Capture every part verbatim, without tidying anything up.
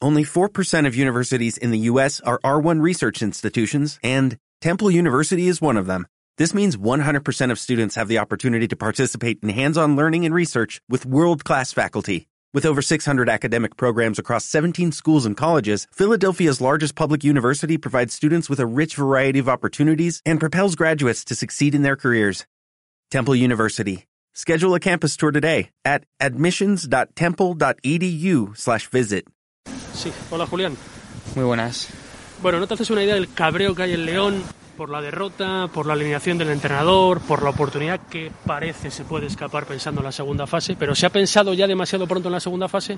Only four percent of universities in the U S are R one research institutions, and Temple University is one of them. This means one hundred percent of students have the opportunity to participate in hands-on learning and research with world-class faculty. With over six hundred academic programs across seventeen schools and colleges, Philadelphia's largest public university provides students with a rich variety of opportunities and propels graduates to succeed in their careers. Temple University. Schedule a campus tour today at admissions.temple.edu slash visit. Sí, hola Julián. Muy buenas. Bueno, ¿no te haces una idea del cabreo que hay en León por la derrota, por la alineación del entrenador, por la oportunidad que parece se puede escapar pensando en la segunda fase? ¿Pero se ha pensado ya demasiado pronto en la segunda fase?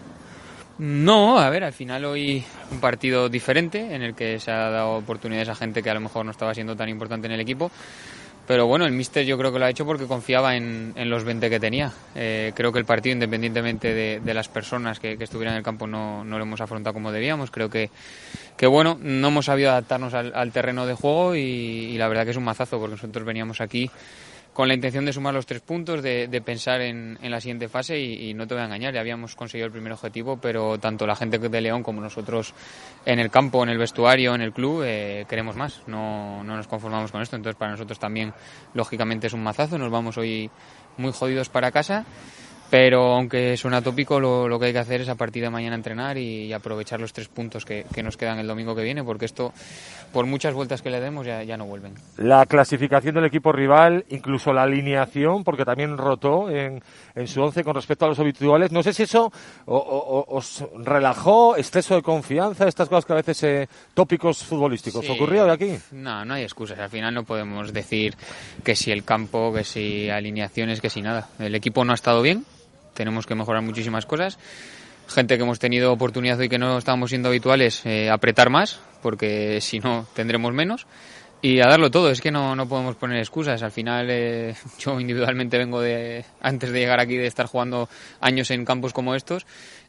No, a ver, al final hoy un partido diferente en el que se ha dado oportunidades a gente que a lo mejor no estaba siendo tan importante en el equipo. Pero bueno, el míster yo creo que lo ha hecho porque confiaba en, en los veinte que tenía. Eh, creo que el partido, independientemente de, de las personas que, que estuvieran en el campo, no, no lo hemos afrontado como debíamos. Creo que, que bueno, no hemos sabido adaptarnos al, al terreno de juego y, y la verdad que es un mazazo porque nosotros veníamos aquí con la intención de sumar los tres puntos, de, de pensar en, en la siguiente fase y, y no te voy a engañar, ya habíamos conseguido el primer objetivo, pero tanto la gente de León como nosotros en el campo, en el vestuario, en el club, eh, queremos más, no, no nos conformamos con esto, entonces para nosotros también lógicamente es un mazazo, nos vamos hoy muy jodidos para casa, pero aunque suena tópico, lo, lo que hay que hacer es a partir de mañana entrenar y, y aprovechar los tres puntos que, que nos quedan el domingo que viene, porque esto, por muchas vueltas que le demos, ya, ya no vuelven. La clasificación del equipo rival, incluso la alineación, porque también rotó en, en su once con respecto a los habituales. No sé si eso o, o, os relajó, exceso de confianza, estas cosas que a veces eh, tópicos futbolísticos. Sí. ¿Ocurrió de aquí? No, no hay excusas. Al final no podemos decir que si el campo, que si alineaciones, que si nada. El equipo no ha estado bien. Tenemos que mejorar muchísimas cosas. Gente que hemos tenido oportunidad hoy que no estábamos siendo habituales, eh, apretar más, porque si no tendremos menos. Y a darlo todo, es que no, no podemos poner excusas. Al final, eh, yo individualmente vengo de, antes de llegar aquí, de estar jugando años en campos como estos.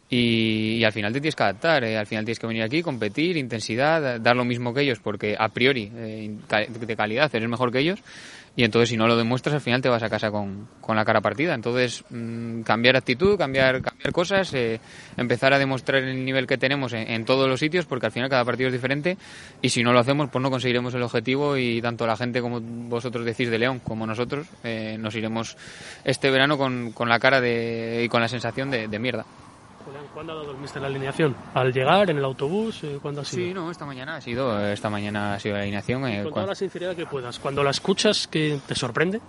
Y, y al final te tienes que adaptar, eh, al final tienes que venir aquí, competir, intensidad, dar lo mismo que ellos, porque a priori, eh, de calidad, eres mejor que ellos. Y entonces si no lo demuestras al final te vas a casa con, con la cara partida. Entonces mmm, cambiar actitud, cambiar cambiar cosas, eh, empezar a demostrar el nivel que tenemos en, en todos los sitios, porque al final cada partido es diferente y si no lo hacemos pues no conseguiremos el objetivo y tanto la gente como vosotros decís de León como nosotros eh, nos iremos este verano con, con la cara de, y con la sensación de, de mierda. ¿Cuándo ha dado el míster la alineación? ¿Al llegar, en el autobús? ¿Cuándo ha sido? Sí, no, esta mañana ha sido, esta mañana ha sido la alineación. Eh, con toda cuando... la sinceridad que puedas, cuando la escuchas, ¿qué te sorprende?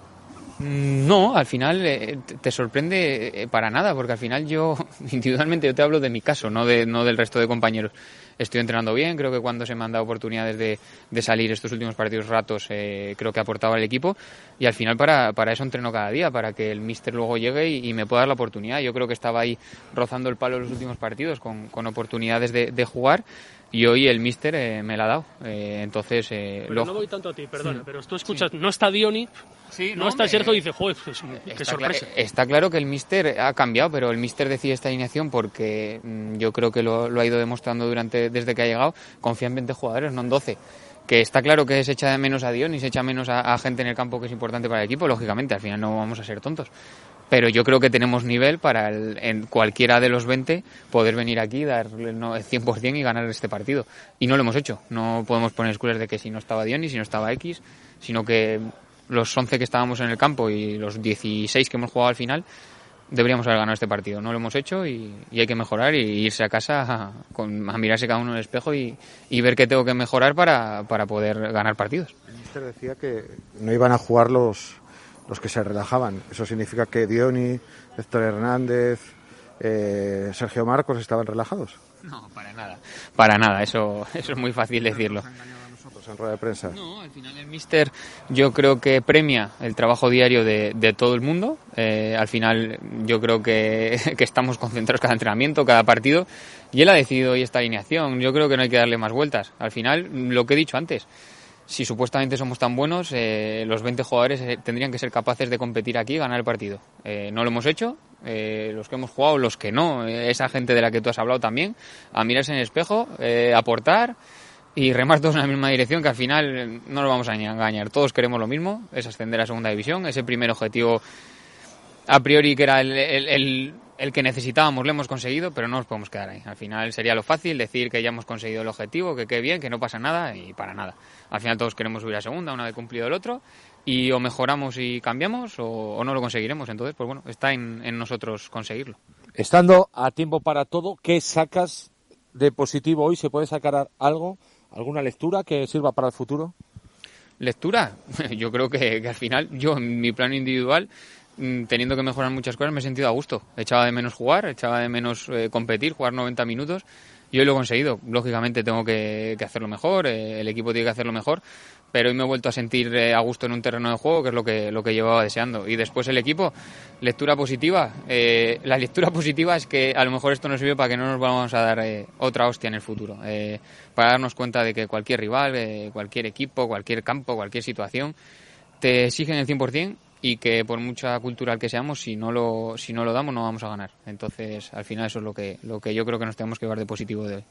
No, al final eh, te sorprende eh, para nada, porque al final yo, individualmente, yo te hablo de mi caso, no de no del resto de compañeros. Estoy entrenando bien, creo que cuando se me han dado oportunidades de, de salir estos últimos partidos ratos, eh, creo que aportaba al equipo y al final para, para eso entreno cada día, para que el míster luego llegue y, y me pueda dar la oportunidad. Yo creo que estaba ahí rozando el palo en los últimos partidos con, con oportunidades de, de jugar. Y hoy el míster eh, me la ha dado, eh, entonces... Eh, pero lo... no voy tanto a ti, perdona, sí. Pero tú escuchas, sí. No está Dioni, sí, no, no está me... Sergio y dice, joder, pues, qué está sorpresa. Cl- está claro que el míster ha cambiado, pero el míster decide esta alineación porque mmm, yo creo que lo, lo ha ido demostrando durante desde que ha llegado, confía en veinte jugadores, no en doce. Que está claro que se echa de menos a Dioni, se echa menos a, a gente en el campo que es importante para el equipo, lógicamente, al final no vamos a ser tontos. Pero yo creo que tenemos nivel para el, en cualquiera de los veinte poder venir aquí, dar el cien por ciento y ganar este partido. Y no lo hemos hecho. No podemos poner excusas de que si no estaba Dioni, si no estaba X, sino que los once que estábamos en el campo y los dieciséis que hemos jugado al final, deberíamos haber ganado este partido. No lo hemos hecho y, y hay que mejorar y irse a casa a, con, a mirarse cada uno en el espejo y, y ver qué tengo que mejorar para, para poder ganar partidos. El míster decía que no iban a jugar los... los que se relajaban. Eso significa que Dioni, Héctor Hernández, eh, Sergio Marcos estaban relajados. No, para nada. Para nada, eso, eso es muy fácil decirlo. En rueda de prensa. No, al final el míster yo creo que premia el trabajo diario de, de todo el mundo. Eh, al final yo creo que, que estamos concentrados cada entrenamiento, cada partido, y él ha decidido hoy esta alineación. Yo creo que no hay que darle más vueltas. Al final, lo que he dicho antes, si supuestamente somos tan buenos, eh, los veinte jugadores eh, tendrían que ser capaces de competir aquí y ganar el partido. Eh, no lo hemos hecho, eh, los que hemos jugado, los que no, eh, esa gente de la que tú has hablado también, a mirarse en el espejo, eh, aportar y remar todos en la misma dirección, que al final no nos vamos a engañar. Todos queremos lo mismo, es ascender a segunda división, ese primer objetivo a priori que era el, el, el el que necesitábamos lo hemos conseguido, pero no nos podemos quedar ahí. Al final sería lo fácil decir que ya hemos conseguido el objetivo, que qué bien, que no pasa nada, y para nada. Al final todos queremos subir a segunda una vez cumplido el otro, y o mejoramos y cambiamos o, o no lo conseguiremos. Entonces, pues bueno, está en, en nosotros conseguirlo. Estando a tiempo para todo, ¿qué sacas de positivo hoy? ¿Se puede sacar algo, alguna lectura que sirva para el futuro? ¿Lectura? Yo creo que, que al final, yo en mi plano individual, teniendo que mejorar muchas cosas, me he sentido a gusto. Echaba de menos jugar, echaba de menos eh, competir, jugar noventa minutos, y hoy lo he conseguido. Lógicamente tengo que, que hacerlo mejor, eh, el equipo tiene que hacerlo mejor, pero hoy me he vuelto a sentir eh, a gusto en un terreno de juego, que es lo que, lo que llevaba deseando. Y después el equipo, lectura positiva. Eh, la lectura positiva es que a lo mejor esto nos sirve para que no nos vamos a dar eh, otra hostia en el futuro. Eh, para darnos cuenta de que cualquier rival, eh, cualquier equipo, cualquier campo, cualquier situación, te exigen el cien por ciento, y que por mucha cultural que seamos, si no lo si no lo damos no vamos a ganar. Entonces, al final eso es lo que lo que yo creo que nos tenemos que llevar de positivo de hoy.